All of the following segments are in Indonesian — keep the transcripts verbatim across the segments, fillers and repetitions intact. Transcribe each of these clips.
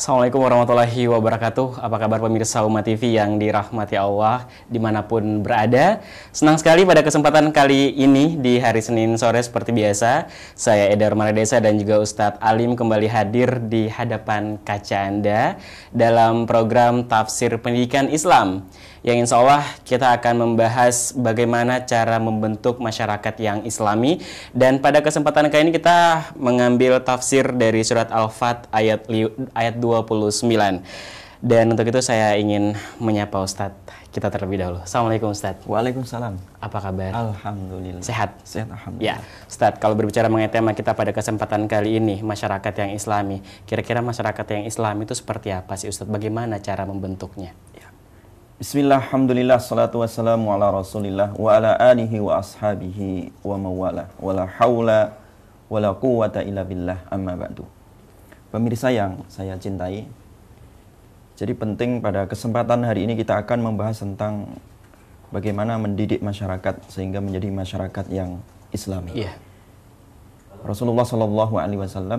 Assalamualaikum warahmatullahi wabarakatuh. Apa kabar pemirsa Umat T V yang dirahmati Allah dimanapun berada. Senang sekali pada kesempatan kali ini di hari Senin sore seperti biasa, saya Edar Maradesa dan juga Ustadz Alim kembali hadir di hadapan kaca Anda dalam program Tafsir Pendidikan Islam, yang insya Allah kita akan membahas bagaimana cara membentuk masyarakat yang islami. Dan pada kesempatan kali ini kita mengambil tafsir dari surat Al-Fat ayat, ayat dua puluh sembilan. Dan untuk itu saya ingin menyapa Ustadz kita terlebih dahulu. Assalamualaikum Ustadz. Waalaikumsalam. Apa kabar? Alhamdulillah. Sehat? Sehat, alhamdulillah. Ya, Ustadz, kalau berbicara mengenai tema kita pada kesempatan kali ini, masyarakat yang islami, kira-kira masyarakat yang islami itu seperti apa sih Ustadz? Bagaimana cara membentuknya? Ya. Bismillah, alhamdulillah, salatu wassalamu ala rasulillah wa ala alihi wa ashabihi wa mawala wa la hawla wa la quwata illa billah, amma ba'du. Pemirsa yang saya cintai, jadi penting pada kesempatan hari ini kita akan membahas tentang bagaimana mendidik masyarakat sehingga menjadi masyarakat yang islami. Yeah. Rasulullah Shallallahu Alaihi Wasallam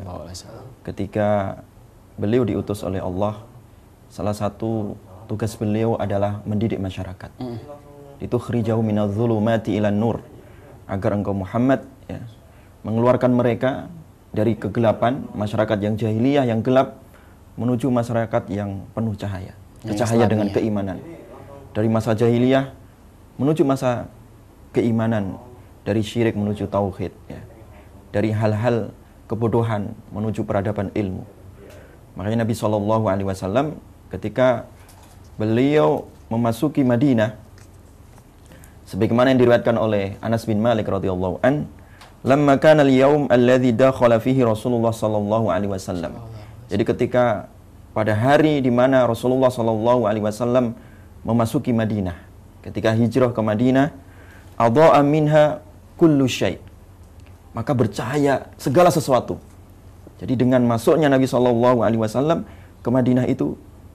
ketika beliau diutus oleh Allah, salah satu tugas beliau adalah mendidik masyarakat. Mm. Itu khrijau minadh-dhulumati ilan nur, agar engkau Muhammad ya, mengeluarkan mereka dari kegelapan masyarakat yang jahiliyah yang gelap menuju masyarakat yang penuh cahaya, yang cahaya dengan ya. Keimanan. Dari masa jahiliyah menuju masa keimanan, dari syirik menuju tauhid, ya. Dari hal-hal kebodohan menuju peradaban ilmu. Makanya Nabi Shallallahu Alaihi Wasallam ketika beliau memasuki Madinah, sebagaimana yang diriwayatkan oleh Anas bin Malik radhiyallahu an, lamma kana al-yaum alladhi dakhala fihi Rasulullah sallallahu alaihi wasallam. Jadi ketika pada hari di mana Rasulullah sallallahu alaihi wasallam memasuki Madinah, ketika hijrah ke Madinah, adha'a minha kullu syai', maka bercahaya segala sesuatu. Jadi dengan masuknya Nabi sallallahu alaihi wasallam ke Madinah itu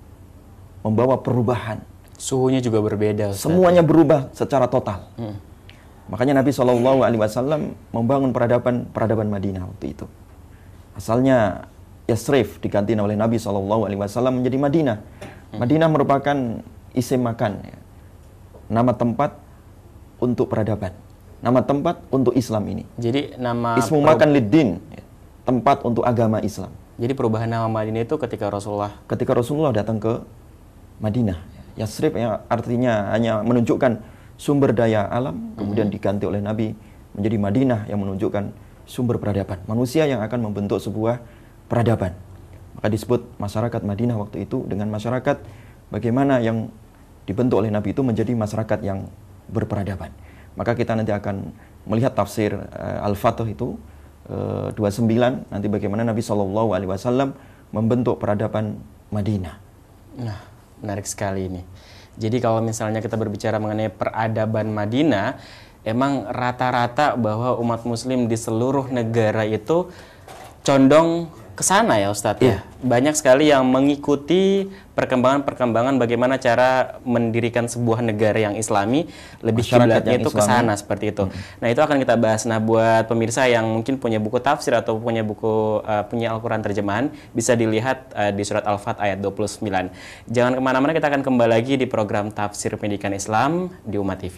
membawa perubahan. Suhunya juga berbeda, Ustaz. Semuanya berubah secara total. Hmm. Makanya Nabi shallallahu alaihi wasallam membangun peradaban peradaban Madinah waktu itu. Asalnya Yasrib diganti oleh Nabi shallallahu alaihi wasallam menjadi Madinah. Hmm. Madinah merupakan isim makan, ya. Nama tempat untuk peradaban, nama tempat untuk Islam ini. Jadi nama ismu makan liddin, ya. Tempat untuk agama Islam. Jadi perubahan nama Madinah itu ketika Rasulullah ketika Rasulullah datang ke Madinah. Yasrib yang artinya hanya menunjukkan sumber daya alam, kemudian mm-hmm. diganti oleh Nabi menjadi Madinah yang menunjukkan sumber peradaban. Manusia yang akan membentuk sebuah peradaban. Maka disebut masyarakat Madinah waktu itu dengan masyarakat bagaimana yang dibentuk oleh Nabi itu menjadi masyarakat yang berperadaban. Maka kita nanti akan melihat tafsir uh, Al-Fatih itu uh, dua puluh sembilan, nanti bagaimana Nabi shallallahu alaihi wasallam membentuk peradaban Madinah. Nah, menarik sekali ini. Jadi kalau misalnya kita berbicara mengenai peradaban Madinah, emang rata-rata bahwa umat muslim di seluruh negara itu condong ke sana ya Ustadz ya. Banyak sekali yang mengikuti perkembangan-perkembangan bagaimana cara mendirikan sebuah negara yang islami, lebih kiblatnya itu ke sana seperti itu. Hmm. Nah, itu akan kita bahas. Nah, buat pemirsa yang mungkin punya buku tafsir atau punya buku uh, punya Al-Qur'an terjemahan, bisa dilihat uh, di surat Al-Fat ayat dua puluh sembilan. Jangan kemana-mana, kita akan kembali lagi di program Tafsir Pendidikan Islam di Umat T V.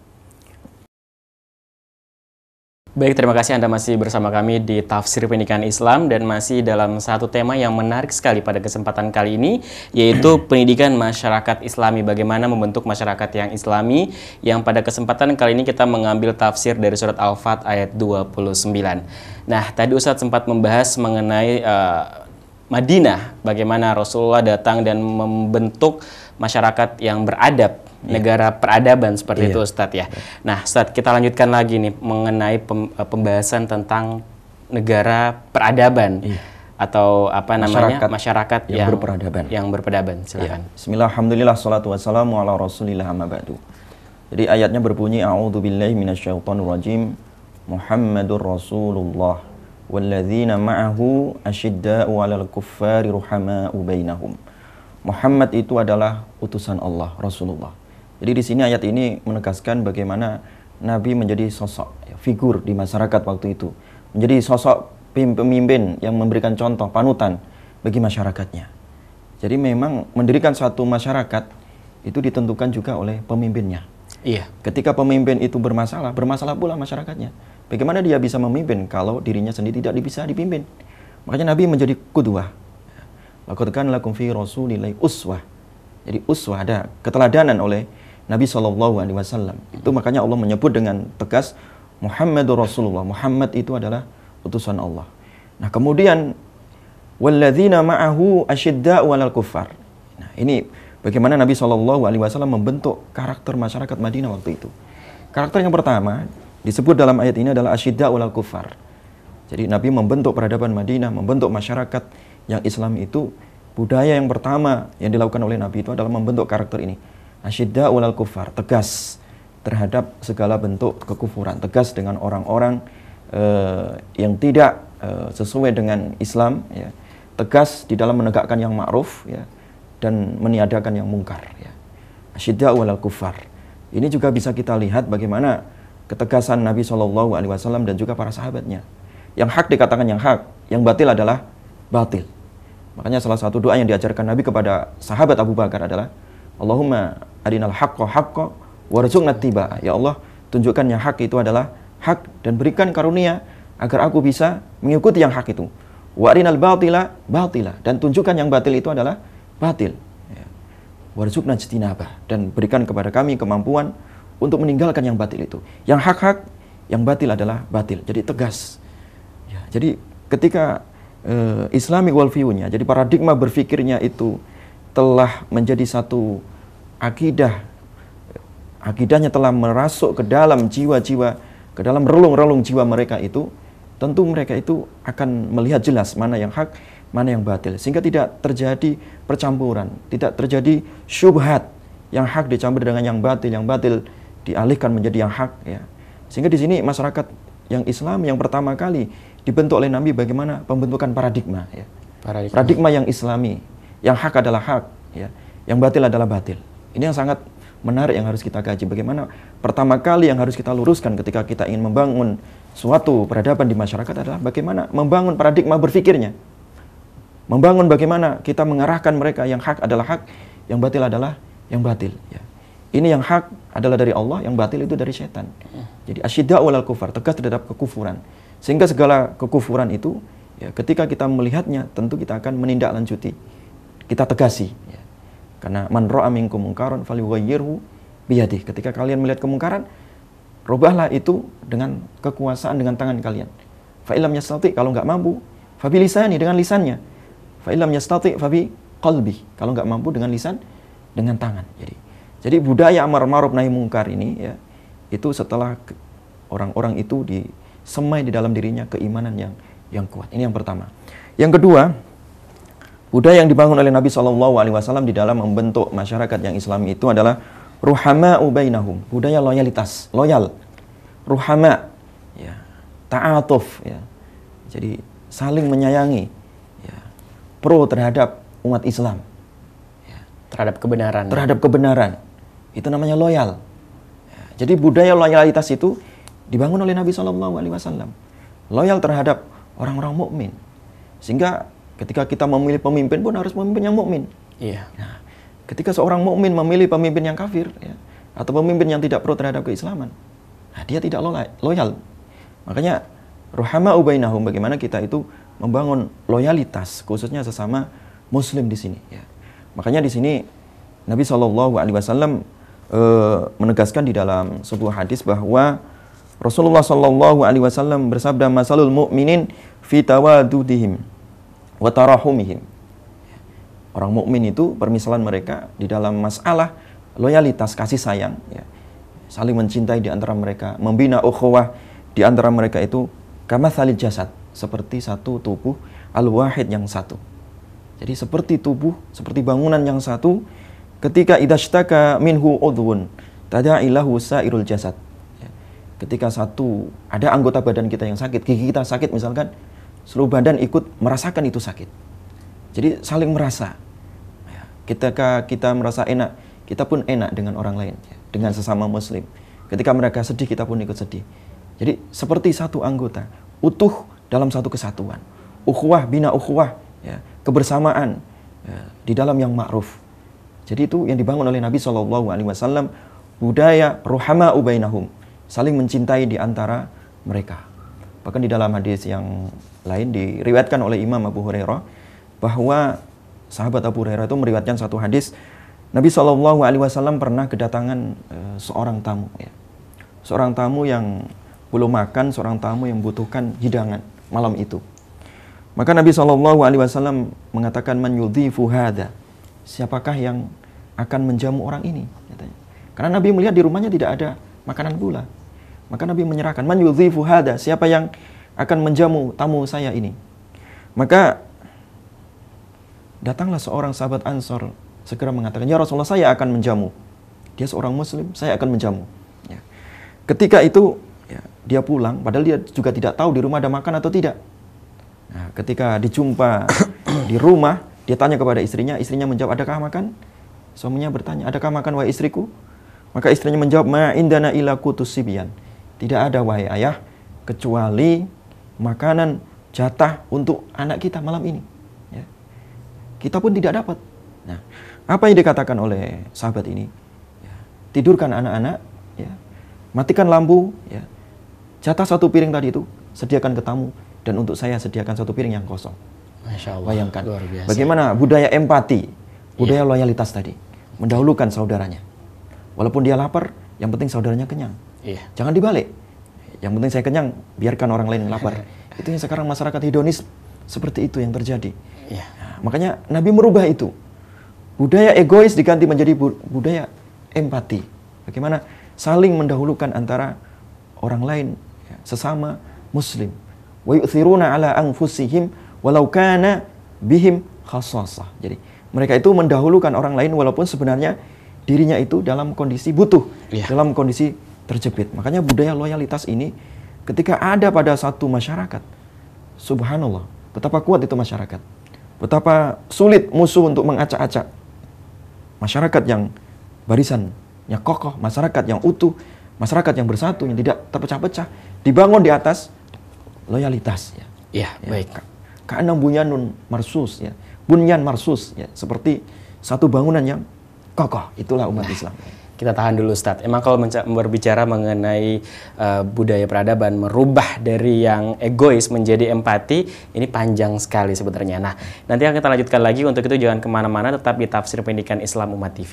Baik, terima kasih Anda masih bersama kami di Tafsir Pendidikan Islam dan masih dalam satu tema yang menarik sekali pada kesempatan kali ini, yaitu pendidikan masyarakat Islami. Bagaimana membentuk masyarakat yang Islami, yang pada kesempatan kali ini kita mengambil tafsir dari surat Al-Fat ayat dua puluh sembilan. Nah, tadi Ustadz sempat membahas mengenai uh, Madinah, bagaimana Rasulullah datang dan membentuk masyarakat yang beradab, yeah. negara peradaban seperti yeah. itu Ustadz ya. Nah Ustadz, kita lanjutkan lagi nih mengenai pem, pembahasan tentang negara peradaban yeah. atau apa namanya masyarakat, masyarakat yang, yang berperadaban. Yang berperadaban, silakan. Yeah. Bismillah, alhamdulillah, salatu wassalamu ala rasulillah, amma ba'du. Jadi ayatnya berbunyi, A'udzu billahi minasyaitonir rajim, Muhammadur Rasulullah walladzina ma'ahu asyidda'u 'alal kuffari ruhama'u bainahum. Muhammad itu adalah utusan Allah, Rasulullah. Jadi di sini ayat ini menegaskan bagaimana Nabi menjadi sosok, ya, figur di masyarakat waktu itu. Menjadi sosok pemimpin yang memberikan contoh, panutan bagi masyarakatnya. Jadi memang mendirikan suatu masyarakat itu ditentukan juga oleh pemimpinnya. Iya. Ketika pemimpin itu bermasalah, bermasalah pula masyarakatnya. Bagaimana dia bisa memimpin kalau dirinya sendiri tidak bisa dipimpin? Makanya Nabi menjadi qudwah. Laqad kana lakum fi rasulillahi uswah. Jadi uswah, ada keteladanan oleh Nabi shallallahu alaihi wasallam. Itu makanya Allah menyebut dengan tegas Muhammadur Rasulullah. Muhammad itu adalah utusan Allah. Nah, kemudian walladzina ma'ahu asyidda'u 'alal kuffar. Nah, ini bagaimana Nabi shallallahu alaihi wasallam membentuk karakter masyarakat Madinah waktu itu. Karakter yang pertama disebut dalam ayat ini adalah asyidda'u 'alal kuffar. Jadi Nabi membentuk peradaban Madinah, membentuk masyarakat yang Islam itu. Budaya yang pertama yang dilakukan oleh Nabi itu adalah membentuk karakter ini. Asyidda'u 'alal kuffar, tegas terhadap segala bentuk kekufuran, tegas dengan orang-orang uh, yang tidak uh, sesuai dengan Islam, ya. Tegas di dalam menegakkan yang ma'ruf, ya, dan meniadakan yang mungkar, ya. Asyidda'u 'alal kuffar. Ini juga bisa kita lihat bagaimana ketegasan Nabi shallallahu alaihi wasallam dan juga para sahabatnya. Yang hak dikatakan yang hak, yang batil adalah batil. Makanya salah satu doa yang diajarkan Nabi kepada sahabat Abu Bakar adalah Allahumma arinal haqqa haqqa warzuqna tibaa. Ya Allah, tunjukkan yang hak itu adalah hak dan berikan karunia agar aku bisa mengikuti yang hak itu. Wa arinal batila batila, dan tunjukkan yang batil itu adalah batil. Ya. Warzuqna ijtinabah, dan berikan kepada kami kemampuan untuk meninggalkan yang batil itu. Yang hak-hak, yang batil adalah batil. Jadi tegas. Ya, jadi ketika uh, Islamic worldview-nya, jadi paradigma berfikirnya itu telah menjadi satu akidah, akidahnya telah merasuk ke dalam jiwa-jiwa, ke dalam relung-relung jiwa mereka itu, tentu mereka itu akan melihat jelas mana yang hak, mana yang batil, sehingga tidak terjadi percampuran, tidak terjadi syubhat, yang hak dicampur dengan yang batil, yang batil dialihkan menjadi yang hak, ya. Sehingga di sini masyarakat yang Islam yang pertama kali dibentuk oleh Nabi bagaimana pembentukan paradigma, ya. Paradigma, paradigma yang Islami, yang hak adalah hak, ya, yang batil adalah batil. Ini yang sangat menarik yang harus kita kaji. Bagaimana pertama kali yang harus kita luruskan ketika kita ingin membangun suatu peradaban di masyarakat adalah bagaimana membangun paradigma berfikirnya. Membangun bagaimana kita mengarahkan mereka yang hak adalah hak, yang batil adalah yang batil, ya. Ini yang hak adalah dari Allah, yang batil itu dari setan. Jadi asyidda'u 'alal kufar, tegas terhadap kekufuran. Sehingga segala kekufuran itu, ya, ketika kita melihatnya, tentu kita akan menindaklanjuti. Kita tegasi, ya. Karena man ra'a minkum munkaran falyughayyirhu biyadihi. Ketika kalian melihat kemungkaran, rubahlah itu dengan kekuasaan, dengan tangan kalian. Fa illam yastati, kalau enggak mampu, fa bilisani, dengan lisannya. Fa illam yastati fa bi qalbi, kalau enggak mampu dengan lisan, dengan tangan. Jadi Jadi budaya amar ma'ruf nahi mungkar ini, ya, itu setelah orang-orang itu disemai di dalam dirinya keimanan yang yang kuat. Ini yang pertama. Yang kedua, budaya yang dibangun oleh Nabi shallallahu alaihi wasallam di dalam membentuk masyarakat yang Islami itu adalah ruhama'u bainahum, budaya loyalitas, loyal. Ruhama, ya, ta'atuf, ya. Jadi saling menyayangi, ya, pro terhadap umat Islam, ya, terhadap kebenaran. Terhadap kebenaran. Itu namanya loyal. Ya, jadi budaya loyalitas itu dibangun oleh Nabi shallallahu alaihi wasallam. Loyal terhadap orang-orang mukmin. Sehingga ketika kita memilih pemimpin pun harus pemimpin yang mukmin. Iya. Nah, ketika seorang mukmin memilih pemimpin yang kafir, ya, atau pemimpin yang tidak pro terhadap keislaman, nah, dia tidak loyal. Makanya ruhama'u bainahum, bagaimana kita itu membangun loyalitas khususnya sesama muslim di sini, ya. Makanya di sini Nabi shallallahu alaihi wasallam e, menegaskan di dalam sebuah hadis bahwa Rasulullah shallallahu alaihi wasallam bersabda, masalul mu'minin fi tawadudihim wa tarahumihim. Orang mukmin itu permisalan mereka di dalam masalah loyalitas, kasih sayang, ya, saling mencintai di antara mereka, membina ukhuwah di antara mereka itu kamatsalil jasad, seperti satu tubuh al-wahid yang satu. Jadi seperti tubuh, seperti bangunan yang satu, ketika idashtaka minhu udhun tada'ilahu sairul jasad. Ya. Ketika satu, ada anggota badan kita yang sakit, gigi kita sakit misalkan, seluruh badan ikut merasakan itu sakit. Jadi saling merasa. Ya. Ketika kita merasa enak, kita pun enak dengan orang lain, ya, dengan sesama muslim. Ketika mereka sedih, kita pun ikut sedih. Jadi seperti satu anggota, utuh dalam satu kesatuan. Ukhuwah bina ukhuwah, ya. kebersamaan ya, di dalam yang ma'ruf. Jadi itu yang dibangun oleh Nabi shallallahu alaihi wasallam, budaya ruhama'u bainahum, saling mencintai di antara mereka. Bahkan di dalam hadis yang lain diriwayatkan oleh Imam Abu Hurairah bahwa sahabat Abu Hurairah itu meriwayatkan satu hadis, Nabi shallallahu alaihi wasallam pernah kedatangan uh, seorang tamu, ya. Seorang tamu yang belum makan, seorang tamu yang membutuhkan hidangan malam itu. Maka Nabi shallallahu alaihi wasallam mengatakan, man yudhifu hadha, siapakah yang akan menjamu orang ini? Katanya. Karena Nabi melihat di rumahnya tidak ada makanan pula. Maka Nabi menyerahkan, man yudhifu hadha, siapa yang akan menjamu tamu saya ini? Maka datanglah seorang sahabat Ansor segera mengatakan, ya Rasulullah, saya akan menjamu. Dia seorang muslim, saya akan menjamu. Ya. Ketika itu ya, dia pulang, padahal dia juga tidak tahu di rumah ada makan atau tidak. Nah, ketika dijumpa di rumah, dia tanya kepada istrinya, istrinya menjawab, adakah makan? Suaminya bertanya, adakah makan wahai istriku? Maka istrinya menjawab, ma indana illa qutus sibyan. Tidak ada wahai ayah, kecuali makanan jatah untuk anak kita malam ini. Ya. Kita pun tidak dapat. Nah, apa yang dikatakan oleh sahabat ini? Ya, tidurkan anak-anak, ya, matikan lampu, ya, jatah satu piring tadi itu, sediakan ke tamu, dan untuk saya sediakan satu piring yang kosong. Masya Allah, bayangkan luar biasa. Bagaimana budaya empati, budaya yeah. loyalitas tadi, mendahulukan saudaranya. Walaupun dia lapar, yang penting saudaranya kenyang. Yeah. Jangan dibalik. Yang penting saya kenyang, biarkan orang lain yang lapar. Itu yang sekarang masyarakat hedonis seperti itu yang terjadi. Yeah. Nah, makanya Nabi merubah itu. Budaya egois diganti menjadi budaya empati. Bagaimana saling mendahulukan antara orang lain, ya, sesama muslim. Wa yu'thiruna ala anfusihim walau kana bihim khassasah. Jadi mereka itu mendahulukan orang lain walaupun sebenarnya dirinya itu dalam kondisi butuh, yeah. dalam kondisi terjepit. Makanya budaya loyalitas ini ketika ada pada satu masyarakat, subhanallah, betapa kuat itu masyarakat. Betapa sulit musuh untuk mengacak-acak. Masyarakat yang barisannya kokoh, masyarakat yang utuh, masyarakat yang bersatu, yang tidak terpecah-pecah, dibangun di atas loyalitas. Ya, ya, ya baik. Karena bunyanun marsus, ya, bunyan marsus, ya, seperti satu bangunan yang kokoh. Itulah umat nah, Islam. Kita tahan dulu, Ustadz. Emang kalau berbicara mengenai uh, budaya peradaban, merubah dari yang egois menjadi empati, ini panjang sekali sebenarnya. Nah, nanti akan kita lanjutkan lagi. Untuk itu jangan kemana-mana, tetap di Tafsir Pendidikan Islam Umat T V.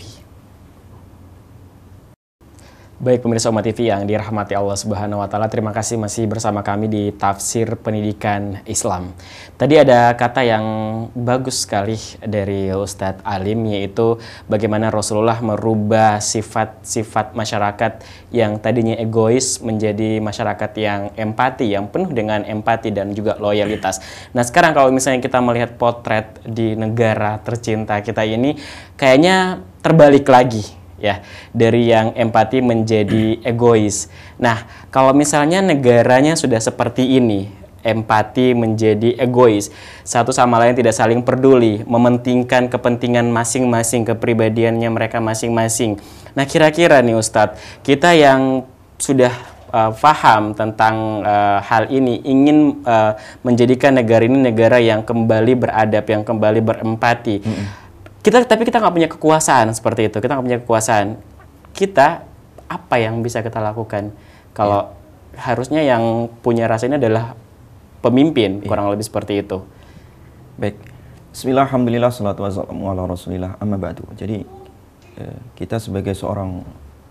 Baik pemirsa Umat T V yang dirahmati Allah Subhanahu wa taala, terima kasih masih bersama kami di Tafsir Pendidikan Islam. Tadi ada kata yang bagus sekali dari Ustadz Alim, yaitu bagaimana Rasulullah merubah sifat-sifat masyarakat yang tadinya egois menjadi masyarakat yang empati, yang penuh dengan empati dan juga loyalitas. Nah, sekarang kalau misalnya kita melihat potret di negara tercinta kita ini, kayaknya terbalik lagi. Ya, dari yang empati menjadi egois. Nah, kalau misalnya negaranya sudah seperti ini, empati menjadi egois, satu sama lain tidak saling peduli, mementingkan kepentingan masing-masing, kepribadiannya mereka masing-masing. Nah, kira-kira nih Ustadz, kita yang sudah uh, paham tentang uh, hal ini, ingin uh, menjadikan negara ini negara yang kembali beradab, yang kembali berempati. Mm-hmm. Kita, tapi kita nggak punya kekuasaan seperti itu. Kita nggak punya kekuasaan. Kita, apa yang bisa kita lakukan? Kalau ya. harusnya yang punya rasa ini adalah pemimpin, ya. kurang lebih seperti itu. Baik. Bismillah, alhamdulillah, salatu wassalamu ala rasulillah, amma ba'du. Jadi, eh, kita sebagai seorang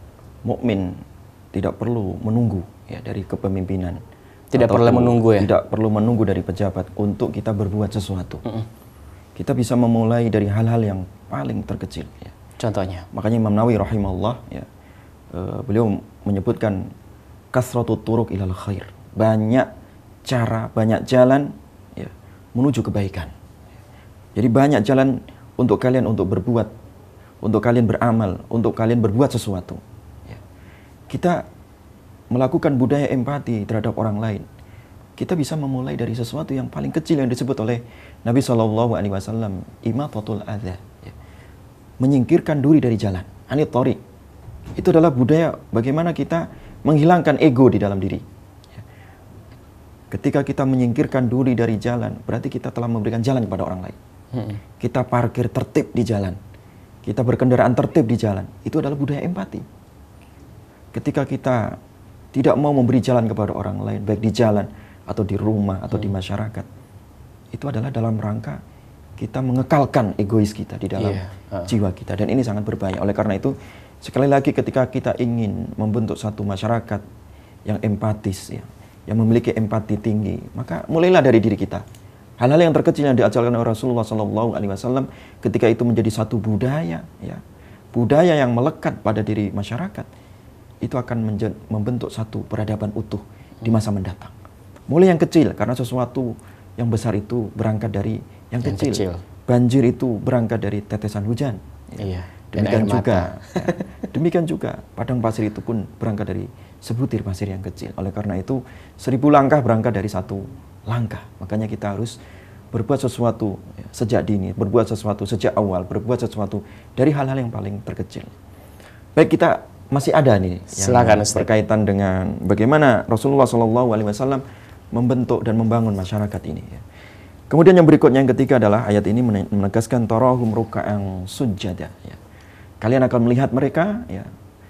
mukmin tidak perlu menunggu ya dari kepemimpinan. Tidak perlu menunggu ya? Tidak perlu menunggu dari pejabat untuk kita berbuat sesuatu. Mm-mm. Kita bisa memulai dari hal-hal yang paling terkecil. Ya. Contohnya? Makanya Imam Nawawi rahimahullah, ya, uh, beliau menyebutkan kasratut turuq ilal khair. Banyak cara, banyak jalan ya, menuju kebaikan. Jadi banyak jalan untuk kalian untuk berbuat, untuk kalian beramal, untuk kalian berbuat sesuatu. Ya. Kita melakukan budaya empati terhadap orang lain. Kita bisa memulai dari sesuatu yang paling kecil yang disebut oleh Nabi shallallahu alaihi wasallam, imatatul adza, ya. Menyingkirkan duri dari jalan, anit thoriq. Itu adalah budaya bagaimana kita menghilangkan ego di dalam diri. Ya. Ketika kita menyingkirkan duri dari jalan, berarti kita telah memberikan jalan kepada orang lain. Hmm. Kita parkir tertib di jalan. Kita berkendaraan tertib di jalan. Itu adalah budaya empati. Ketika kita tidak mau memberi jalan kepada orang lain, baik di jalan atau di rumah atau hmm. di masyarakat, itu adalah dalam rangka kita mengekalkan egois kita di dalam yeah. uh. jiwa kita. Dan ini sangat berbahaya. Oleh karena itu, sekali lagi ketika kita ingin membentuk satu masyarakat yang empatis, ya, yang memiliki empati tinggi, maka mulailah dari diri kita. Hal-hal yang terkecil yang diajarkan oleh Rasulullah shallallahu alaihi wasallam ketika itu menjadi satu budaya, ya, budaya yang melekat pada diri masyarakat, itu akan menjadi, membentuk satu peradaban utuh di masa mendatang. Mulai yang kecil, karena sesuatu yang besar itu berangkat dari yang, yang kecil. kecil. Banjir itu berangkat dari tetesan hujan. Ya. Iya. Demikian juga, ya, demikian juga padang pasir itu pun berangkat dari sebutir pasir yang kecil. Oleh karena itu, seribu langkah berangkat dari satu langkah. Makanya kita harus berbuat sesuatu ya, sejak dini, berbuat sesuatu sejak awal, berbuat sesuatu dari hal-hal yang paling terkecil. Baik, kita masih ada nih Silakan, yang berkaitan dengan bagaimana Rasulullah shallallahu alaihi wasallam membentuk dan membangun masyarakat ini. Ya. Kemudian yang berikutnya, yang ketiga adalah ayat ini menegaskan tarahum ruk'an sujada. Ya. Kalian akan melihat mereka ya,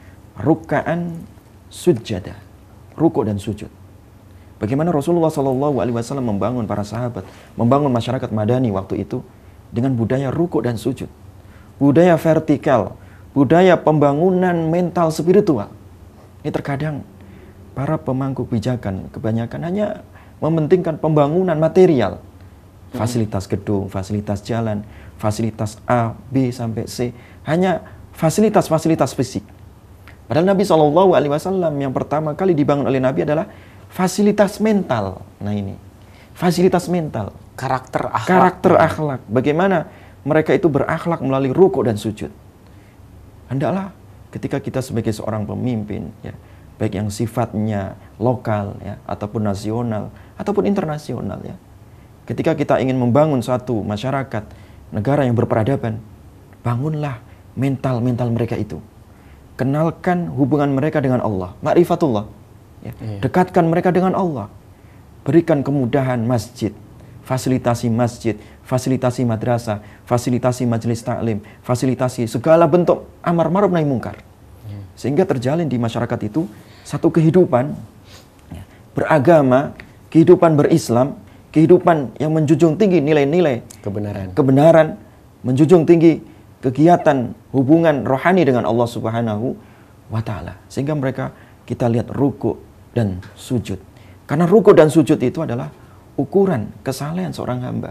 ruk'an sujada, rukuk dan sujud. Bagaimana Rasulullah shallallahu alaihi wasallam membangun para sahabat, membangun masyarakat Madani waktu itu dengan budaya rukuk dan sujud, budaya vertikal, budaya pembangunan mental spiritual. Ini terkadang para pemangku kebijakan kebanyakan hanya mementingkan pembangunan material, fasilitas gedung, fasilitas jalan, fasilitas A, B sampai C, hanya fasilitas-fasilitas fisik. Padahal Nabi shallallahu alaihi wasallam yang pertama kali dibangun oleh Nabi adalah fasilitas mental. Nah ini, fasilitas mental. Karakter akhlak. Karakter akhlak. Bagaimana mereka itu berakhlak melalui rukuk dan sujud. Hendaklah ketika kita sebagai seorang pemimpin, ya, baik yang sifatnya lokal, ya, ataupun nasional, ataupun internasional, ya. Ketika kita ingin membangun suatu masyarakat, negara yang berperadaban, bangunlah mental-mental mereka itu. Kenalkan hubungan mereka dengan Allah, ma'rifatullah. Ya. Iya. Dekatkan mereka dengan Allah. Berikan kemudahan masjid, fasilitasi masjid, fasilitasi madrasah, fasilitasi majelis taklim, fasilitasi segala bentuk amar ma'ruf nahi mungkar. Iya. Sehingga terjalin di masyarakat itu satu kehidupan ya, beragama, kehidupan berislam, kehidupan yang menjunjung tinggi nilai-nilai kebenaran. Kebenaran, menjunjung tinggi kegiatan hubungan rohani dengan Allah Subhanahu wa taala. Sehingga mereka kita lihat rukuk dan sujud. Karena rukuk dan sujud itu adalah ukuran kesalehan seorang hamba.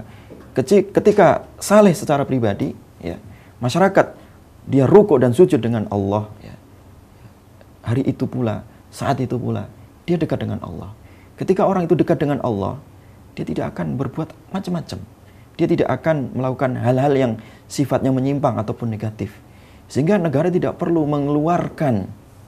Ketika saleh secara pribadi, ya, masyarakat dia rukuk dan sujud dengan Allah, ya, hari itu pula, saat itu pula, dia dekat dengan Allah. Ketika orang itu dekat dengan Allah, dia tidak akan berbuat macam-macam. Dia tidak akan melakukan hal-hal yang sifatnya menyimpang ataupun negatif. Sehingga negara tidak perlu mengeluarkan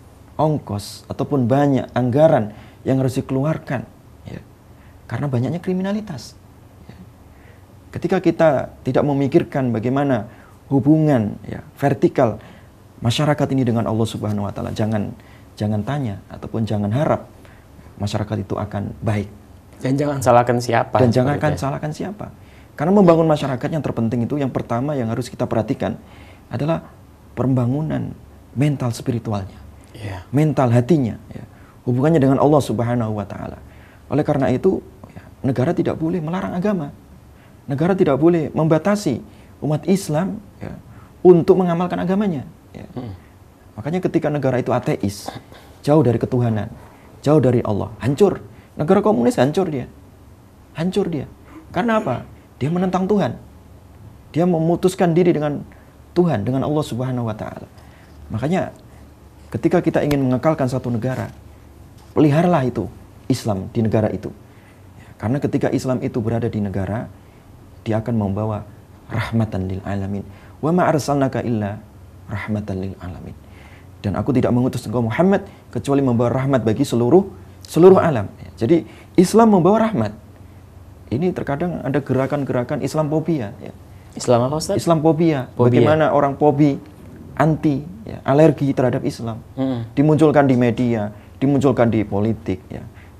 ongkos ataupun banyak anggaran yang harus dikeluarkan. Ya. Karena banyaknya kriminalitas. Ya. Ketika kita tidak memikirkan bagaimana hubungan ya, vertikal masyarakat ini dengan Allah Subhanahu wa taala, jangan jangan tanya ataupun jangan harap masyarakat itu akan baik. Dan jangan salahkan siapa. Dan jangan akan salahkan siapa. Karena membangun masyarakat yang terpenting itu yang pertama yang harus kita perhatikan adalah pembangunan mental spiritualnya. Yeah. Mental hatinya. Ya. Hubungannya dengan Allah Subhanahu wa taala. Oleh karena itu, ya, negara tidak boleh melarang agama. Negara tidak boleh membatasi umat Islam ya, untuk mengamalkan agamanya. Ya. Hmm. Makanya ketika negara itu ateis, jauh dari ketuhanan, jauh dari Allah, hancur. Negara komunis hancur dia. Hancur dia. Karena apa? Dia menentang Tuhan. Dia memutuskan diri dengan Tuhan, dengan Allah Subhanahu wa taala. Makanya ketika kita ingin mengekalkan satu negara, peliharalah itu Islam di negara itu. Karena ketika Islam itu berada di negara, dia akan membawa rahmatan lil alamin. Wa ma arsalnaka illa rahmatan lil alamin. Dan aku tidak mengutus engkau Muhammad kecuali membawa rahmat bagi seluruh seluruh alam. Jadi Islam membawa rahmat. Ini terkadang ada gerakan-gerakan Islamophobia. Ya. Islam apa Ustaz? Islamophobia. Bagaimana orang fobi, anti, ya, alergi terhadap Islam. Hmm. Dimunculkan di media, dimunculkan di politik. Ya.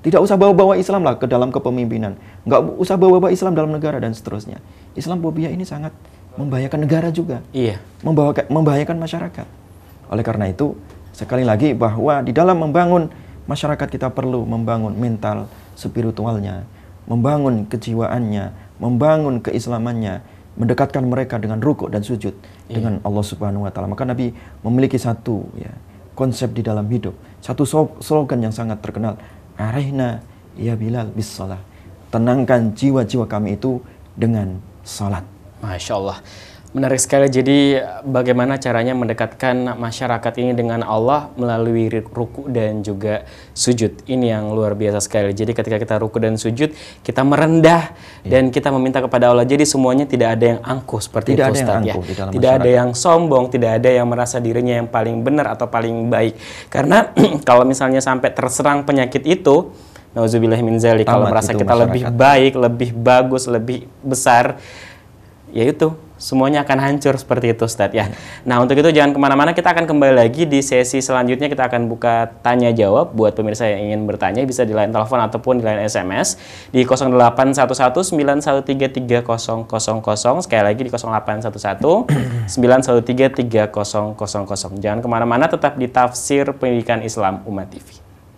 Tidak usah bawa-bawa Islam lah ke dalam kepemimpinan. Nggak usah bawa-bawa Islam dalam negara dan seterusnya. Islamophobia ini sangat membahayakan negara juga. Iya. Membahayakan, membahayakan masyarakat. Oleh karena itu, sekali lagi bahwa di dalam membangun masyarakat kita perlu membangun mental spiritualnya, membangun kejiwaannya, membangun keislamannya, mendekatkan mereka dengan rukuk dan sujud iya. dengan Allah Subhanahu wa taala. Maka Nabi memiliki satu ya, konsep di dalam hidup, satu slogan yang sangat terkenal, "Arihna ya Bilal bis shalah." Tenangkan jiwa-jiwa kami itu dengan salat. Masya Allah. Menarik sekali. Jadi bagaimana caranya mendekatkan masyarakat ini dengan Allah melalui ruku dan juga sujud. Ini yang luar biasa sekali. Jadi ketika kita ruku dan sujud, kita merendah ya. dan kita meminta kepada Allah. Jadi semuanya tidak ada yang angkuh seperti tidak itu, Ustaz, ya. Tidak masyarakat. ada yang sombong, tidak ada yang merasa dirinya yang paling benar atau paling baik. Karena kalau misalnya sampai terserang penyakit itu, nauzubillah min dzalik, kalau merasa kita masyarakat. lebih baik, lebih bagus, lebih besar, yaitu semuanya akan hancur seperti itu, Ustadz ya. Nah, untuk itu jangan kemana-mana, kita akan kembali lagi di sesi selanjutnya. Kita akan buka tanya jawab buat pemirsa yang ingin bertanya, bisa di line telepon ataupun di line S M S di nol delapan satu satu sembilan satu tiga tiga nol nol nol, sekali lagi di nol delapan satu satu sembilan satu tiga tiga nol nol nol. Jangan kemana-mana, tetap di Tafsir Pendidikan Islam Umat T V.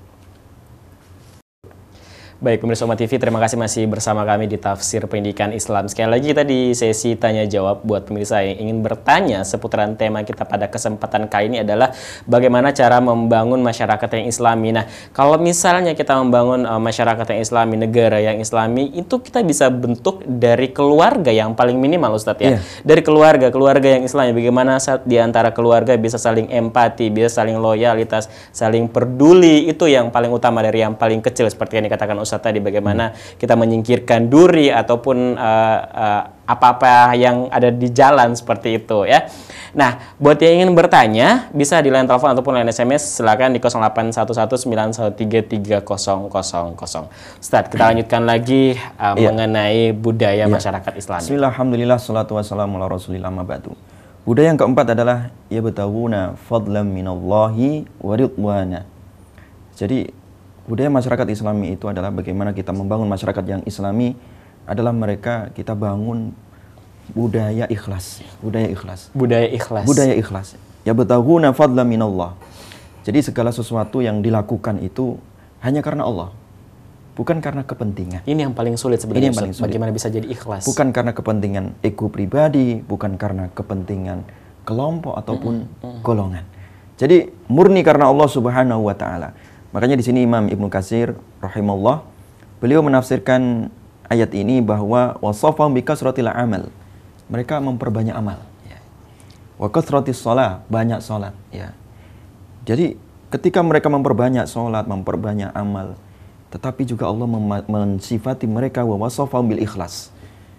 Baik, pemirsa Umat T V, terima kasih masih bersama kami di Tafsir Pendidikan Islam. Sekali lagi kita di sesi tanya jawab buat pemirsa yang ingin bertanya seputaran tema kita pada kesempatan kali ini adalah bagaimana cara membangun masyarakat yang Islami. Nah, kalau misalnya kita membangun uh, masyarakat yang Islami, negara yang Islami, itu kita bisa bentuk dari keluarga yang paling minimal, Ustadz ya. Yeah. Dari keluarga, keluarga yang Islami. Bagaimana saat di antara keluarga bisa saling empati, bisa saling loyalitas, saling peduli, itu yang paling utama dari yang paling kecil seperti yang dikatakan Ustadz tadi, bagaimana kita menyingkirkan duri ataupun uh, uh, apa-apa yang ada di jalan seperti itu ya. Nah, buat yang ingin bertanya bisa di line telepon ataupun line S M S, silakan di nol delapan satu satu sembilan satu tiga tiga nol nol nol. Ustaz, kita lanjutkan lagi uh, ya. mengenai budaya ya. masyarakat Islam. Bismillah, alhamdulillah, salatu wassalamu ala rasulillah, ma ba'du. Budaya yang keempat adalah yabtaguna fadlan minallahi wa ridwana. Jadi budaya masyarakat Islami itu adalah bagaimana kita membangun masyarakat yang Islami adalah mereka kita bangun budaya ikhlas, budaya ikhlas. Budaya ikhlas. Budaya ikhlas. Yabtaguna fadlan minallah. Jadi segala sesuatu yang dilakukan itu hanya karena Allah. Bukan karena kepentingan. Ini yang paling sulit sebenarnya. Ini yang paling sulit. Bagaimana bisa jadi ikhlas? Bukan karena kepentingan ego pribadi, bukan karena kepentingan kelompok ataupun mm-hmm. golongan. Jadi murni karena Allah Subhanahu wa taala. Makanya di sini Imam Ibnu Katsir rahimahullah beliau menafsirkan ayat ini bahwa wasafahum bikasratil amal. Mereka memperbanyak amal ya. Wa kasratis shalah, banyak salat ya. Jadi ketika mereka memperbanyak salat, memperbanyak amal, tetapi juga Allah mensifati mereka wa wasafahum bil ikhlas.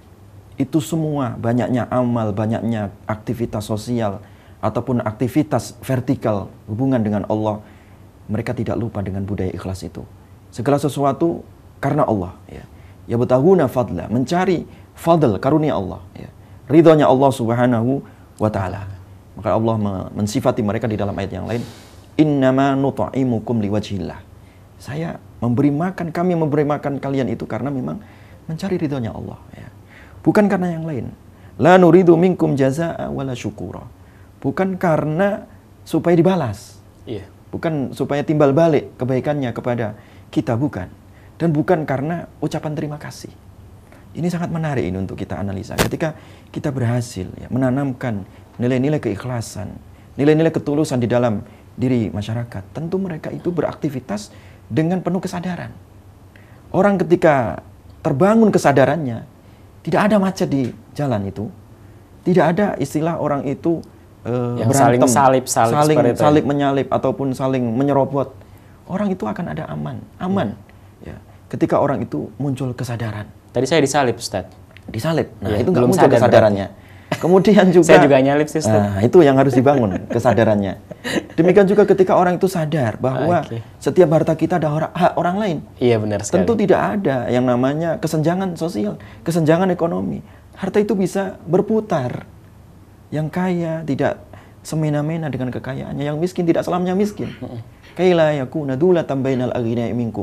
Itu semua, banyaknya amal, banyaknya aktivitas sosial ataupun aktivitas vertikal hubungan dengan Allah, mereka tidak lupa dengan budaya ikhlas itu. Segala sesuatu karena Allah ya. Yabtaguna fadla, mencari fadl, karunia Allah ya. Ridhonya Allah Subhanahu wa taala. Maka Allah mensifati mereka di dalam ayat yang lain, innama nut'imukum liwajhillah. Saya memberi makan, kami memberi makan kalian itu karena memang mencari ridhonya Allah ya. Bukan karena yang lain. La nuridu minkum jazaa'a wala syukura. Bukan karena supaya dibalas. Iya. Bukan supaya timbal balik kebaikannya kepada kita, bukan. Dan bukan karena ucapan terima kasih. Ini sangat menarik ini untuk kita analisa. Ketika kita berhasil ya, menanamkan nilai-nilai keikhlasan, nilai-nilai ketulusan di dalam diri masyarakat, tentu mereka itu beraktivitas dengan penuh kesadaran. Orang ketika terbangun kesadarannya, tidak ada macet di jalan itu. Tidak ada istilah orang itu Uh, yang berantem, saling salip, salip saling itu salib ya? menyalip ataupun saling menyerobot, orang itu akan ada aman, aman. Ya. Ya. Ketika orang itu muncul kesadaran. Tadi saya disalip, Ustaz. Disalip. Nah, ya, itu nggak muncul kesadarannya. Berarti. Kemudian juga. Saya juga nyalip sih, Ustaz. Nah, itu yang harus dibangun kesadarannya. Demikian juga ketika orang itu sadar bahwa okay. setiap harta kita ada orang, hak orang lain. Iya benar sekali. Tentu tidak ada yang namanya kesenjangan sosial, kesenjangan ekonomi. Harta itu bisa berputar. Yang kaya tidak semena-mena dengan kekayaannya, yang miskin tidak selamanya miskin. Kaila yakuna dulatan bainal aghniya'i minkum.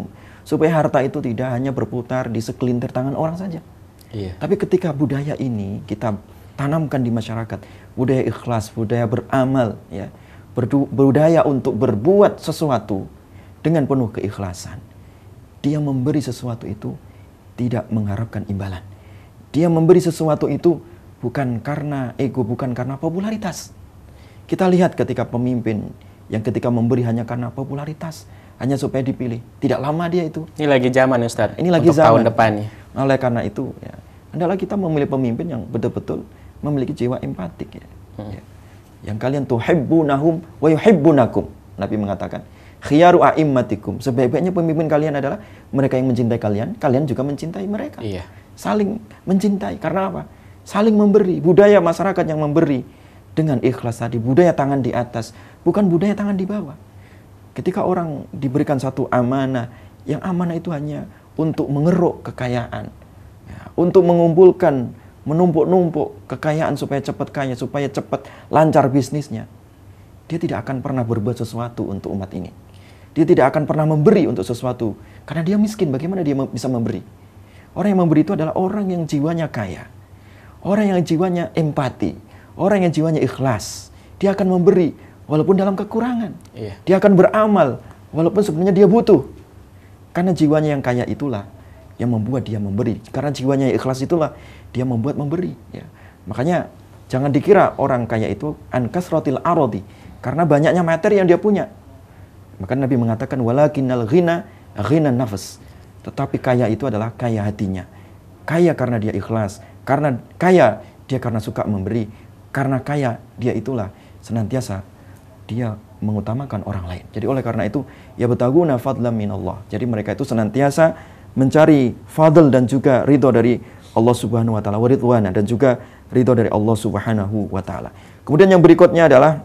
supaya harta itu tidak hanya berputar di segelintir tangan orang saja. Iya. Tapi ketika budaya ini kita tanamkan di masyarakat, budaya ikhlas, budaya beramal, ya, berdu- budaya untuk berbuat sesuatu dengan penuh keikhlasan. Dia memberi sesuatu itu tidak mengharapkan imbalan. Dia memberi sesuatu itu bukan karena ego, bukan karena popularitas. Kita lihat ketika pemimpin yang ketika memberi hanya karena popularitas, hanya supaya dipilih. Tidak lama dia itu. Ini lagi zaman Ustaz. Ini lagi untuk zaman. tahun depan nih. Oleh karena itu, ya, adalah kita memilih pemimpin yang betul-betul memiliki jiwa empatik. Ya. Hmm. Ya. Yang kalian tuhibbunahum wa yuhibbunakum. Nabi mengatakan, khiyaru a'immatikum. Sebaik-baiknya pemimpin kalian adalah mereka yang mencintai kalian, kalian juga mencintai mereka. Iya. Saling mencintai. Karena apa? Saling memberi. Budaya masyarakat yang memberi dengan ikhlas tadi. Budaya tangan di atas, bukan budaya tangan di bawah. Ketika orang diberikan satu amanah, yang amanah itu hanya untuk mengeruk kekayaan, ya, untuk mengumpulkan, menumpuk-numpuk kekayaan supaya cepat kaya, supaya cepat lancar bisnisnya. Dia tidak akan pernah berbuat sesuatu untuk umat ini. Dia tidak akan pernah memberi untuk sesuatu. Karena dia miskin, bagaimana dia bisa memberi? Orang yang memberi itu adalah orang yang jiwanya kaya. Orang yang jiwanya empati. Orang yang jiwanya ikhlas. Dia akan memberi walaupun dalam kekurangan. Iya. Dia akan beramal walaupun sebenarnya dia butuh. Karena jiwanya yang kaya itulah yang membuat dia memberi. Karena jiwanya yang ikhlas itulah dia membuat memberi. Ya. Makanya jangan dikira orang kaya itu an kasratil arodi. Karena banyaknya materi yang dia punya. Maka Nabi mengatakan walakinnal ghina ghina nafs. Tetapi kaya itu adalah kaya hatinya. Kaya karena dia ikhlas. Karena kaya dia karena suka memberi. Karena kaya dia itulah senantiasa dia mengutamakan orang lain. Jadi oleh karena itu ya betaguna fadlan minallah. Jadi mereka itu senantiasa mencari fadl dan juga ridho dari Allah Subhanahu wa taala, waridwana, dan juga ridho dari Allah Subhanahu wa taala. Kemudian yang berikutnya adalah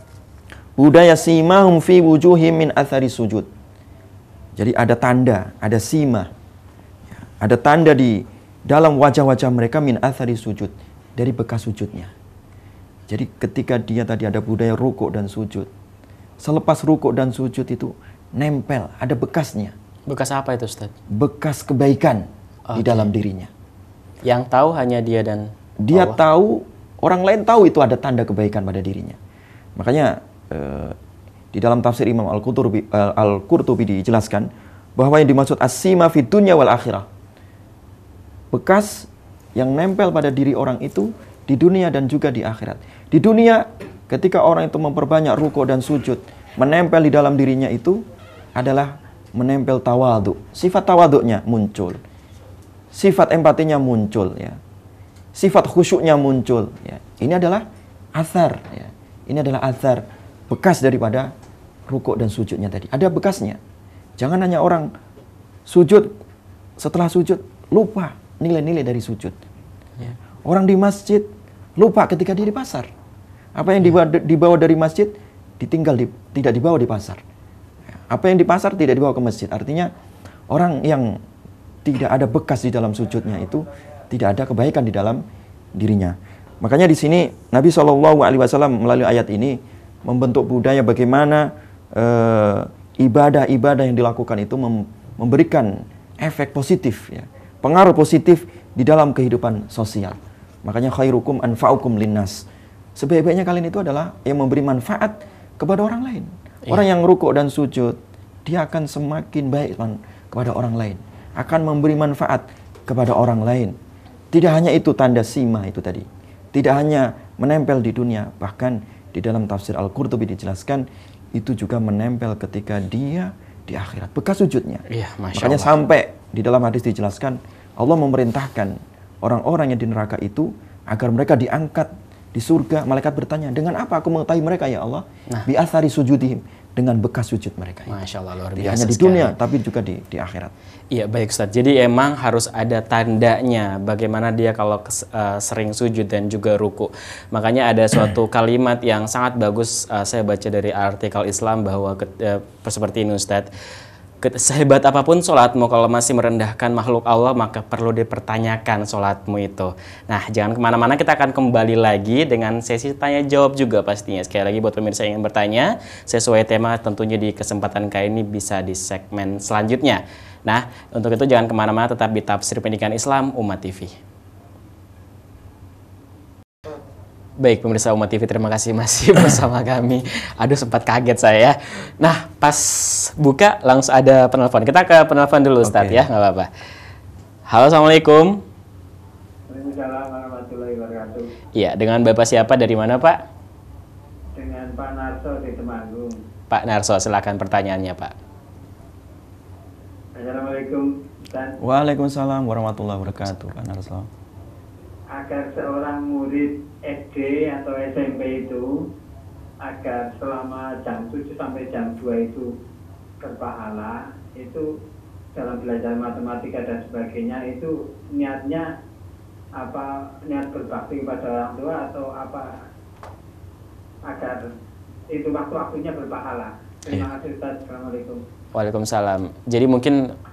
budaya simahum fi wujuhim min athari sujud. Jadi ada tanda, ada sima. Ada tanda di dalam wajah-wajah mereka min athari sujud, dari bekas sujudnya. Jadi ketika dia tadi ada budaya rukuk dan sujud, selepas rukuk dan sujud itu nempel, ada bekasnya. Bekas apa itu Ustaz? Bekas kebaikan okay. di dalam dirinya. Yang tahu hanya dia dan dia Allah. tahu, orang lain tahu itu ada tanda kebaikan pada dirinya. Makanya eh, di dalam tafsir Imam Al-Qurtubi, uh, Al-Qurtubi dijelaskan bahwa yang dimaksud as-sima fid dunya wal akhirah. Bekas yang nempel pada diri orang itu di dunia dan juga di akhirat. Di dunia ketika orang itu memperbanyak rukuk dan sujud, menempel di dalam dirinya itu adalah menempel tawadhu. Sifat tawadhunya muncul. Sifat empatinya muncul, ya. Sifat khusyuknya muncul, ya. Ini adalah athar, ya. Ini adalah athar, bekas daripada rukuk dan sujudnya tadi. Ada bekasnya. Jangan hanya orang sujud, setelah sujud lupa nilai-nilai dari sujud. Ya. Orang di masjid lupa ketika dia di pasar. Apa yang dibawa, dibawa dari masjid ditinggal, di, tidak dibawa di pasar. Apa yang di pasar tidak dibawa ke masjid. Artinya orang yang tidak ada bekas di dalam sujudnya itu tidak ada kebaikan di dalam dirinya. Makanya di sini Nabi shallallahu alaihi wasallam melalui ayat ini membentuk budaya bagaimana uh, ibadah-ibadah yang dilakukan itu mem memberikan efek positif, ya, pengaruh positif di dalam kehidupan sosial. Makanya khairukum anfa'ukum linnas. Sebaik-baiknya kalian itu adalah yang memberi manfaat kepada orang lain. Iya. Orang yang rukuk dan sujud, dia akan semakin baik kepada orang lain. Akan memberi manfaat kepada orang lain. Tidak hanya itu tanda sima itu tadi. Tidak hanya menempel di dunia, bahkan di dalam tafsir Al-Qurtubi dijelaskan itu juga menempel ketika dia di akhirat. Bekas sujudnya. Iya, Masya Makanya Allah. sampai di dalam hadis dijelaskan Allah memerintahkan orang-orang yang di neraka itu agar mereka diangkat di surga. Malaikat bertanya, dengan apa aku mengetahui mereka ya Allah? Nah. Bi athari sujudihim, dengan bekas sujud mereka. Masya Allah, luar biasa. Tidak hanya di sekali. dunia, tapi juga di, di akhirat. Iya, baik Ustaz. Jadi emang harus ada tandanya bagaimana dia kalau kes, uh, sering sujud dan juga ruku. Makanya ada suatu kalimat yang sangat bagus uh, saya baca dari artikel Islam bahwa ke, uh, seperti ini Ustaz. Ke- Sehebat apapun sholatmu, kalau masih merendahkan makhluk Allah, maka perlu dipertanyakan sholatmu itu. Nah, jangan kemana-mana, kita akan kembali lagi dengan sesi tanya jawab juga pastinya. Sekali lagi buat pemirsa yang ingin bertanya, sesuai tema tentunya di kesempatan kali ini bisa di segmen selanjutnya. Nah, untuk itu jangan kemana-mana, tetap di Tafsir Pendidikan Islam Umat T V. Baik, pemirsa Umat T V, terima kasih masih bersama kami. Aduh, sempat kaget saya. Nah, pas buka langsung ada penelpon. Kita ke penelpon dulu, Ustadz, Oke. ya, nggak apa-apa. Halo, Assalamualaikum. Waalaikumsalam warahmatullahi wabarakatuh. Iya, dengan Bapak siapa, dari mana, Pak? Dengan Pak Narso di Temanggung. Pak Narso, silakan pertanyaannya, Pak. Assalamualaikum, Ustaz. Waalaikumsalam warahmatullahi wabarakatuh, Pak Narso. Agar seorang murid S D atau S M P itu agar selama jam tujuh sampai jam dua itu berpahala, itu dalam belajar matematika dan sebagainya, itu niatnya apa, niat berbakti kepada orang tua atau apa, agar itu waktu-waktunya berpahala. Terima kasih, Ustaz. Assalamualaikum. Waalaikumsalam. Jadi mungkin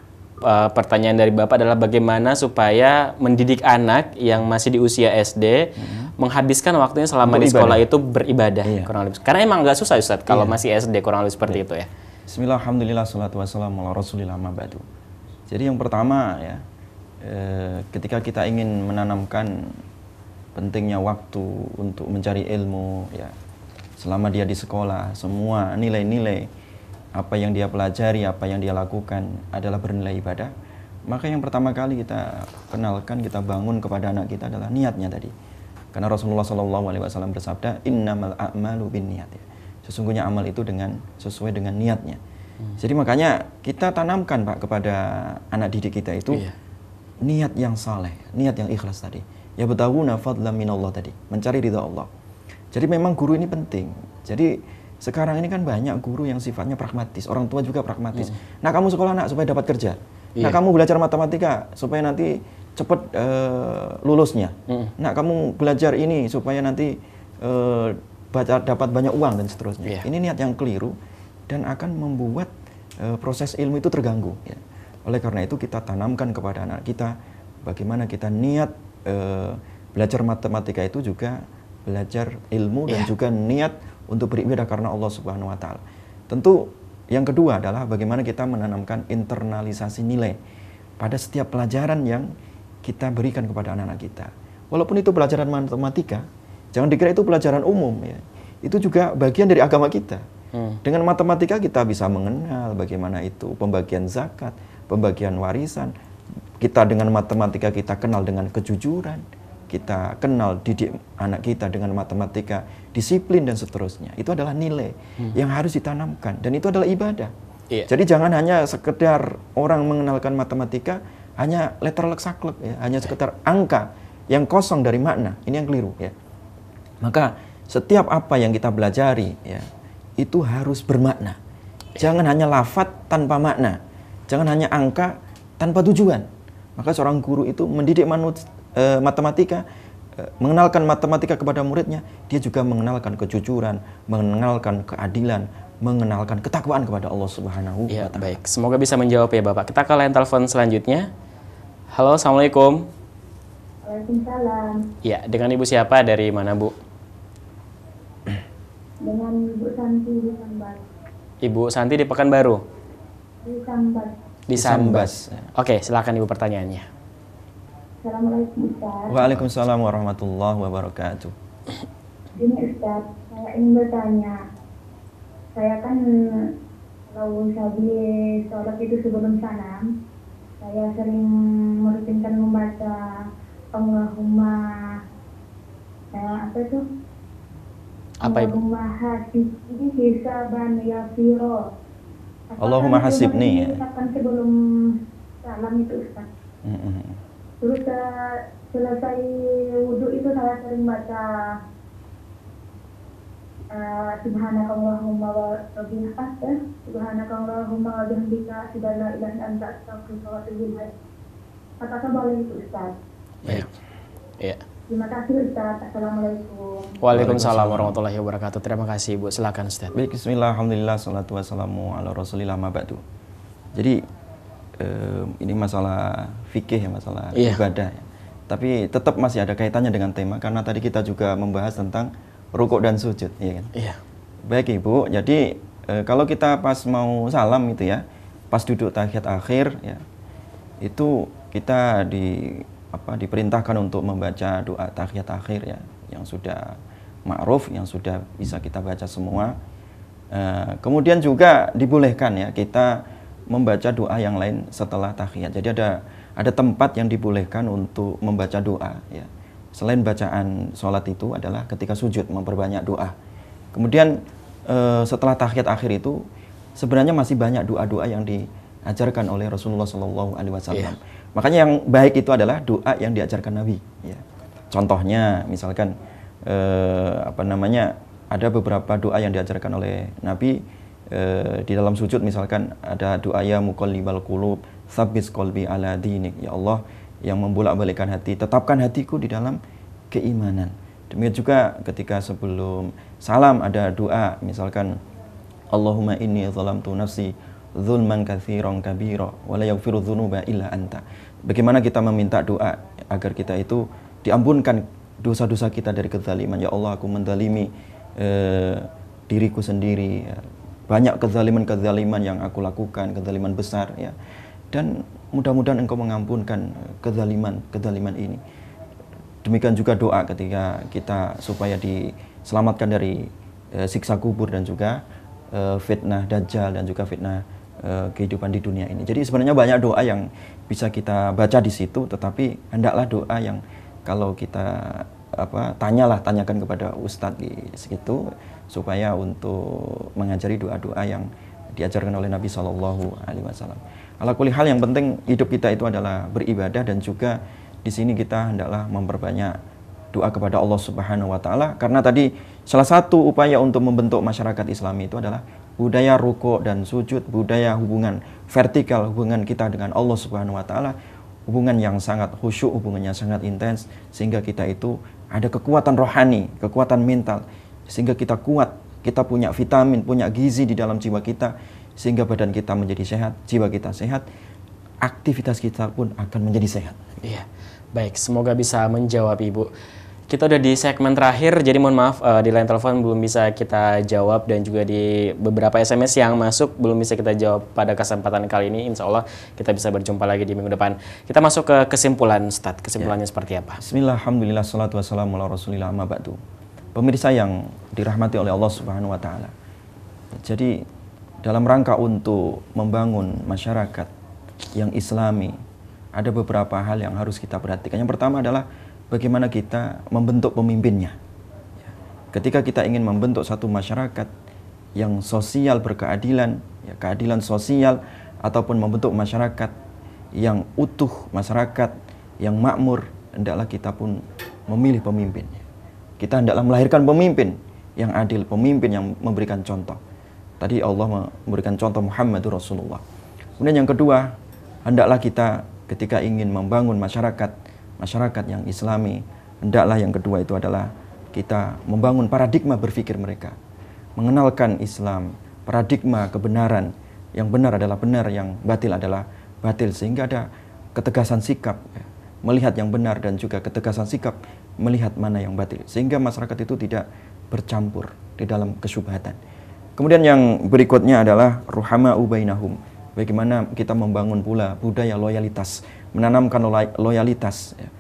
uh, pertanyaan dari Bapak adalah bagaimana supaya mendidik anak yang masih di usia S D hmm. menghabiskan waktunya selama Untuk di sekolah ibadah. itu beribadah, Iya. kurang lebih. Karena emang nggak susah, Ustaz, kalau Iya. masih S D, kurang lebih seperti itu ya. Bismillah, alhamdulillah, salatu wassalamu ala rasulillah, ma ba'du. Jadi yang pertama ya, eh, ketika kita ingin menanamkan pentingnya waktu untuk mencari ilmu ya, selama dia di sekolah, semua nilai-nilai apa yang dia pelajari, apa yang dia lakukan adalah bernilai ibadah, maka yang pertama kali kita kenalkan, kita bangun kepada anak kita adalah niatnya tadi. Karena Rasulullah shallallahu alaihi wasallam bersabda, innamal a'malu binniyat, ya. Sesungguhnya amal itu dengan sesuai dengan niatnya. Hmm. Jadi makanya kita tanamkan, Pak, kepada anak didik kita itu iya. niat yang saleh, niat yang ikhlas tadi. Ya betawuna fadlan minallah tadi, mencari ridha Allah. Jadi memang guru ini penting. Jadi sekarang ini kan banyak guru yang sifatnya pragmatis, orang tua juga pragmatis. Hmm. Nah, kamu sekolah nak supaya dapat kerja. Iya. Nah, kamu belajar matematika supaya nanti cepat uh, lulusnya. Hmm. Nah, kamu belajar ini supaya nanti uh, baca, dapat banyak uang dan seterusnya. Iya. Ini niat yang keliru dan akan membuat uh, proses ilmu itu terganggu. Ya. Oleh karena itu kita tanamkan kepada anak kita bagaimana kita niat uh, belajar matematika itu juga belajar ilmu dan yeah. juga niat untuk beribadah karena Allah Subhanahu wa taala. Tentu yang kedua adalah bagaimana kita menanamkan internalisasi nilai pada setiap pelajaran yang kita berikan kepada anak-anak kita. Walaupun itu pelajaran matematika, jangan dikira itu pelajaran umum ya. Itu juga bagian dari agama kita. Hmm. Dengan matematika kita bisa mengenal bagaimana itu pembagian zakat, pembagian warisan. Kita dengan matematika kita kenal dengan kejujuran. Kita kenal didik anak kita dengan matematika, disiplin dan seterusnya. Itu adalah nilai hmm. yang harus ditanamkan dan itu adalah ibadah. Iya. Jadi jangan hanya sekedar orang mengenalkan matematika hanya letter saklek ya, hanya sekedar angka yang kosong dari makna. Ini yang keliru ya. Maka setiap apa yang kita pelajari ya, itu harus bermakna. Iya. Jangan hanya lafaz tanpa makna. Jangan hanya angka tanpa tujuan. Maka seorang guru itu mendidik manusia Uh, matematika, uh, mengenalkan matematika kepada muridnya, dia juga mengenalkan kejujuran, mengenalkan keadilan, mengenalkan ketakwaan kepada Allah Subhanahu ya, wa taala. Baik, semoga bisa menjawab ya Bapak. Kita ke line telepon selanjutnya. Halo, Assalamualaikum. Waalaikumsalam. Ya, dengan Ibu siapa, dari mana Bu? Dengan Ibu Santi di Sambas. Ibu Santi di Pekanbaru? Di Sambas. Di Sambas. Oke, silakan Ibu pertanyaannya. Assalamualaikum Ustaz. Waalaikumsalam warahmatullahi wabarakatuh. Ini Ustaz, saya ingin bertanya. Saya kan kalau habis sholat itu sebelum salam, saya sering merutinkan membaca Allahumma eh, apa itu? Apa Ibu? Allahumma hasibni hisaban yasiro. Allahumma hasibni. Apakah sebelum salam itu Ustaz? Mm-hmm. Terus uh, selesai wudhu itu saya sering baca uh, Subhanakallahumma wa bihamdika, Subhanakallahumma wa bihamdika, asyhadu an la ilaha illa anta, astaghfiruka wa atubu ilaik. Apakah boleh itu Ustaz? Baik. Iya. Terima kasih Ustaz. Assalamualaikum. Waalaikumsalam warahmatullahi wabarakatuh. Terima kasih Ibu. Silakan Ustaz. Baik, bismillah, alhamdulillah, salatu wassalamu ala rasulillah, ma ba'du. Jadi eh, ini masalah fikih ya, masalah Iya. ibadah ya. Tapi tetap masih ada kaitannya dengan tema karena tadi kita juga membahas tentang rukuk dan sujud, ya kan? Iya. Baik Ibu, jadi e, kalau kita pas mau salam itu ya, pas duduk tahiyat akhir ya, itu kita di apa diperintahkan untuk membaca doa tahiyat akhir ya, yang sudah ma'ruf, yang sudah bisa kita baca semua. E, kemudian juga dibolehkan ya kita membaca doa yang lain setelah tahiyat. Jadi ada ada tempat yang dibolehkan untuk membaca doa ya. Selain bacaan sholat itu adalah ketika sujud memperbanyak doa. Kemudian e, setelah tahiyat akhir itu sebenarnya masih banyak doa-doa yang diajarkan oleh Rasulullah Shallallahu Alaihi Wasallam. Yeah. Makanya yang baik itu adalah doa yang diajarkan Nabi. Ya. Contohnya misalkan e, apa namanya ada beberapa doa yang diajarkan oleh Nabi e, di dalam sujud, misalkan ada doa ya muqallibal qulub tsabbis qalbi ala dinik, ya Allah yang membolak-balikkan hati, tetapkan hatiku di dalam keimanan. Demikian juga ketika sebelum salam ada doa, misalkan Allahumma inni zalamtu nafsi zulman katsiran kabira wa la yaghfiru dzunuba illa anta. Bagaimana kita meminta doa agar kita itu diampunkan dosa-dosa kita dari kezaliman. Ya Allah, aku menzalimi eh, diriku sendiri ya. Banyak kezaliman-kezaliman yang aku lakukan, kezaliman besar ya. Dan mudah-mudahan engkau mengampunkan kezaliman-kezaliman ini. Demikian juga doa ketika kita supaya diselamatkan dari e, siksa kubur dan juga e, fitnah dajjal dan juga fitnah e, kehidupan di dunia ini. Jadi sebenarnya banyak doa yang bisa kita baca di situ, tetapi hendaklah doa yang kalau kita apa tanyalah tanyakan kepada ustadz di situ supaya untuk mengajari doa-doa yang diajarkan oleh Nabi Shallallahu Alaihi Wasallam. Ala kulli hal yang penting hidup kita itu adalah beribadah, dan juga di sini kita hendaklah memperbanyak doa kepada Allah Subhanahu Wa Taala, karena tadi salah satu upaya untuk membentuk masyarakat Islami itu adalah budaya rukuk dan sujud, budaya hubungan vertikal, hubungan kita dengan Allah Subhanahu Wa Taala, hubungan yang sangat khusyuk, hubungannya sangat intens, sehingga kita itu ada kekuatan rohani, kekuatan mental, sehingga kita kuat, kita punya vitamin, punya gizi di dalam jiwa kita, sehingga badan kita menjadi sehat, jiwa kita sehat, aktivitas kita pun akan menjadi sehat. Iya, baik. Semoga bisa menjawab Ibu. Kita udah di segmen terakhir, jadi mohon maaf uh, di line telepon belum bisa kita jawab, dan juga di beberapa S M S yang masuk belum bisa kita jawab pada kesempatan kali ini. Insya Allah kita bisa berjumpa lagi di minggu depan. Kita masuk ke kesimpulan, Ustadz. Kesimpulannya ya. Seperti apa? Bismillah, alhamdulillah, salatu wassalamu ala rasulillah, amma ba'du. Pemirsa yang dirahmati oleh Allah Subhanahu Wa Taala. Jadi dalam rangka untuk membangun masyarakat yang islami, ada beberapa hal yang harus kita perhatikan. Yang pertama adalah bagaimana kita membentuk pemimpinnya. Ketika kita ingin membentuk satu masyarakat yang sosial berkeadilan, ya, keadilan sosial, ataupun membentuk masyarakat yang utuh, masyarakat yang makmur, hendaklah kita pun memilih pemimpin. Kita hendaklah melahirkan pemimpin yang adil, pemimpin yang memberikan contoh. Tadi Allah memberikan contoh Muhammadur Rasulullah. Kemudian yang kedua, hendaklah kita ketika ingin membangun masyarakat, masyarakat yang islami, hendaklah yang kedua itu adalah kita membangun paradigma berpikir mereka. Mengenalkan Islam, paradigma kebenaran, yang benar adalah benar, yang batil adalah batil, sehingga ada ketegasan sikap melihat yang benar dan juga ketegasan sikap melihat mana yang batil, sehingga masyarakat itu tidak bercampur di dalam kesyubhatan. Kemudian yang berikutnya adalah ruhama ubainahum. Bagaimana kita membangun pula budaya loyalitas, menanamkan loyalitas, ya,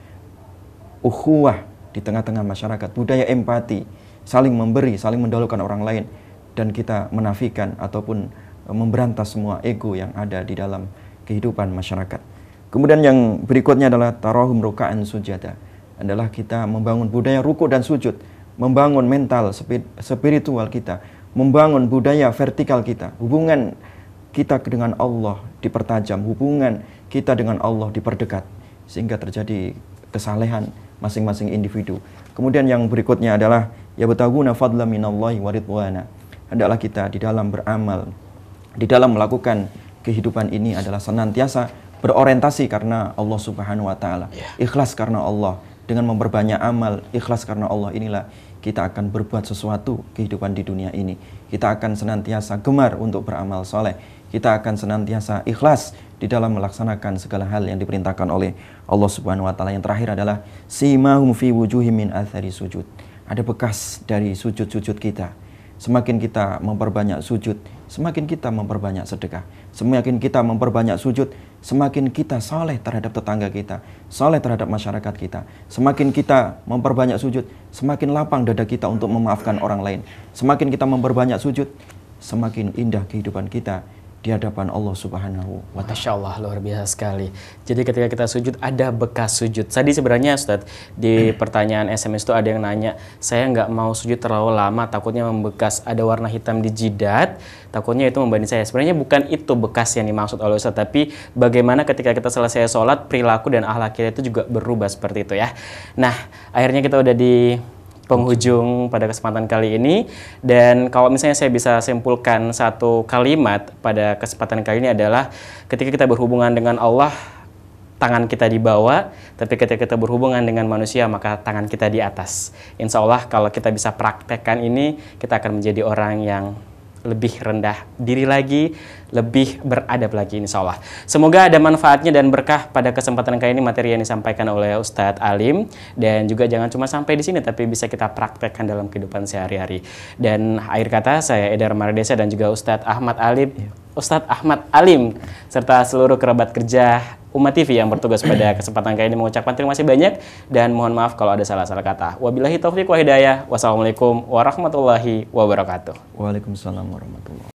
ukhuwah di tengah-tengah masyarakat, budaya empati, saling memberi, saling mendahulukan orang lain, dan kita menafikan ataupun memberantas semua ego yang ada di dalam kehidupan masyarakat. Kemudian yang berikutnya adalah tarahum ruka'an sujada, adalah kita membangun budaya ruku dan sujud, membangun mental spiritual kita, membangun budaya vertikal kita, hubungan kita dengan Allah dipertajam, hubungan kita dengan Allah diperdekat, sehingga terjadi kesalehan masing-masing individu. Kemudian yang berikutnya adalah yabtaguna fadla minallahi wa ridwana. Hendaklah kita di dalam beramal, di dalam melakukan kehidupan ini adalah senantiasa berorientasi karena Allah Subhanahu wa taala. Ikhlas karena Allah, dengan memperbanyak amal, ikhlas karena Allah, inilah kita akan berbuat sesuatu kehidupan di dunia ini. Kita akan senantiasa gemar untuk beramal soleh. Kita akan senantiasa ikhlas di dalam melaksanakan segala hal yang diperintahkan oleh Allah Subhanahu wa taala. Yang terakhir adalah simahum fi wujuhim min athari sujud. Ada bekas dari sujud-sujud kita. Semakin kita memperbanyak sujud, semakin kita memperbanyak sedekah. Semakin kita memperbanyak sujud, semakin kita saleh terhadap tetangga kita, saleh terhadap masyarakat kita. Semakin kita memperbanyak sujud, semakin lapang dada kita untuk memaafkan orang lain. Semakin kita memperbanyak sujud, semakin indah kehidupan kita di hadapan Allah Subhanahu wa ta'ala. Masya Allah, luar biasa sekali. Jadi ketika kita sujud, ada bekas sujud. Tadi sebenarnya Ustadz, di pertanyaan S M S itu ada yang nanya, saya nggak mau sujud terlalu lama, takutnya membekas, ada warna hitam di jidat, takutnya itu membanding saya. Sebenarnya bukan itu bekas yang dimaksud oleh Ustadz, tapi bagaimana ketika kita selesai sholat, perilaku dan akhlak kita itu juga berubah seperti itu ya. Nah, akhirnya kita udah di penghujung pada kesempatan kali ini, dan kalau misalnya saya bisa simpulkan satu kalimat pada kesempatan kali ini adalah ketika kita berhubungan dengan Allah, tangan kita di bawah, tapi ketika kita berhubungan dengan manusia maka tangan kita di atas. Insya Allah kalau kita bisa praktekkan ini, kita akan menjadi orang yang lebih rendah diri lagi, lebih beradab lagi insya Allah. Semoga ada manfaatnya dan berkah pada kesempatan kali ini materi yang disampaikan oleh Ustadz Alim, dan juga jangan cuma sampai di sini tapi bisa kita praktekkan dalam kehidupan sehari-hari. Dan akhir kata saya Eder Maradesa dan juga Ustadz Ahmad Alim, Ustadz Ahmad Alim serta seluruh kerabat kerja Umat T V yang bertugas pada kesempatan kali ini mengucapkan terima kasih banyak dan mohon maaf kalau ada salah-salah kata. Wabillahi taufiq wa hidayah. Wassalamualaikum warahmatullahi wabarakatuh. Waalaikumsalam warahmatullahi wabarakatuh.